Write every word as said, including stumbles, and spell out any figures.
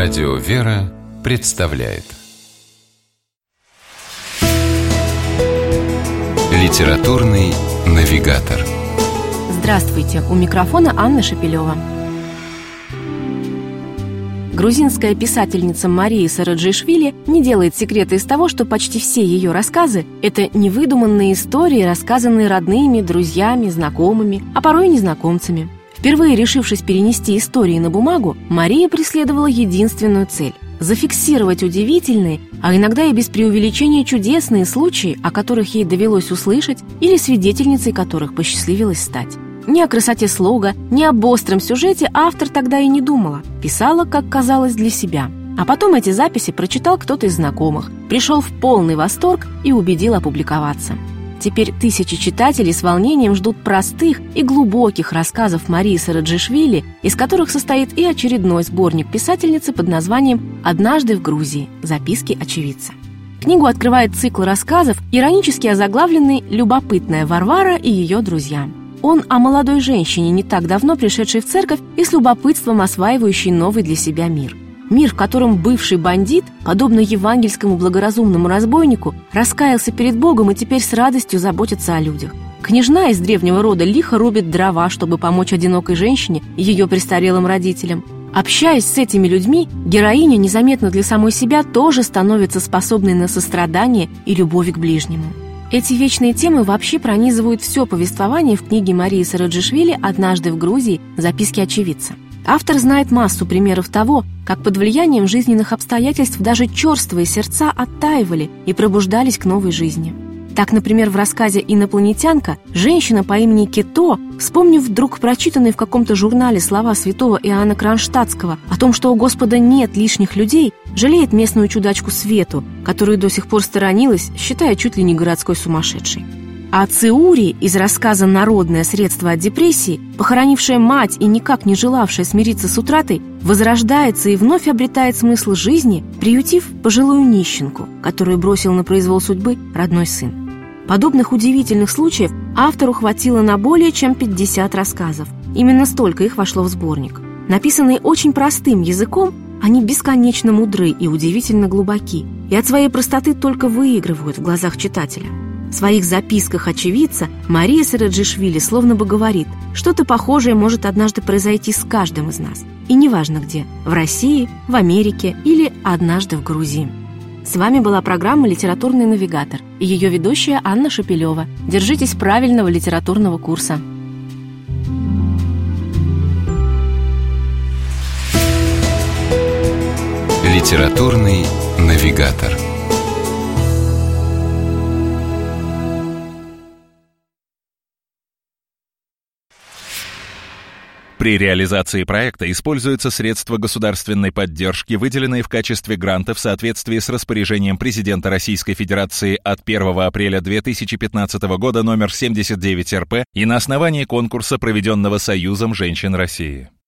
Радио «Вера» представляет Литературный навигатор. Здравствуйте, у микрофона Анна Шапилева. Грузинская писательница Мария Сараджишвили не делает секрета из того, что почти все ее рассказы – это невыдуманные истории, рассказанные родными, друзьями, знакомыми, а порой и незнакомцами. Впервые решившись перенести истории на бумагу, Мария преследовала единственную цель – зафиксировать удивительные, а иногда и без преувеличения чудесные случаи, о которых ей довелось услышать или свидетельницей которых посчастливилось стать. Ни о красоте слога, ни об остром сюжете автор тогда и не думала. Писала, как казалось, для себя. А потом эти записи прочитал кто-то из знакомых, пришел в полный восторг и убедил опубликоваться. Теперь тысячи читателей с волнением ждут простых и глубоких рассказов Марии Сараджишвили, из которых состоит и очередной сборник писательницы под названием «Однажды в Грузии. Записки очевидца». Книгу открывает цикл рассказов, иронически озаглавленный «Любопытная Варвара и ее друзья». Он о молодой женщине, не так давно пришедшей в церковь и с любопытством осваивающей новый для себя мир. Мир, в котором бывший бандит, подобно евангельскому благоразумному разбойнику, раскаялся перед Богом и теперь с радостью заботится о людях. Княжна из древнего рода лихо рубит дрова, чтобы помочь одинокой женщине и ее престарелым родителям. Общаясь с этими людьми, героиня незаметно для самой себя тоже становится способной на сострадание и любовь к ближнему. Эти вечные темы вообще пронизывают все повествование в книге Марии Сараджишвили «Однажды в Грузии. Записки очевидца». Автор знает массу примеров того, как под влиянием жизненных обстоятельств даже черствые сердца оттаивали и пробуждались к новой жизни. Так, например, в рассказе «Инопланетянка» женщина по имени Кето, вспомнив вдруг прочитанные в каком-то журнале слова святого Иоанна Кронштадтского о том, что у Господа нет лишних людей, жалеет местную чудачку Свету, которую до сих пор сторонилась, считая чуть ли не городской сумасшедшей. А Циури из рассказа «Народное средство от депрессии», похоронившая мать и никак не желавшая смириться с утратой, возрождается и вновь обретает смысл жизни, приютив пожилую нищенку, которую бросил на произвол судьбы родной сын. Подобных удивительных случаев автору хватило на более чем пятьдесят рассказов. Именно столько их вошло в сборник. Написанные очень простым языком, они бесконечно мудры и удивительно глубоки, и от своей простоты только выигрывают в глазах читателя. В своих записках очевидца Мария Сараджишвили словно бы говорит, что-то похожее может однажды произойти с каждым из нас. И неважно где – в России, в Америке или однажды в Грузии. С вами была программа «Литературный навигатор» и ее ведущая Анна Шапилева. Держитесь правильного литературного курса. Литературный навигатор. При реализации проекта используются средства государственной поддержки, выделенные в качестве гранта в соответствии с распоряжением президента Российской Федерации от первого апреля две тысячи пятнадцатого года номер семьдесят девять эр пэ и на основании конкурса, проведенного Союзом женщин России.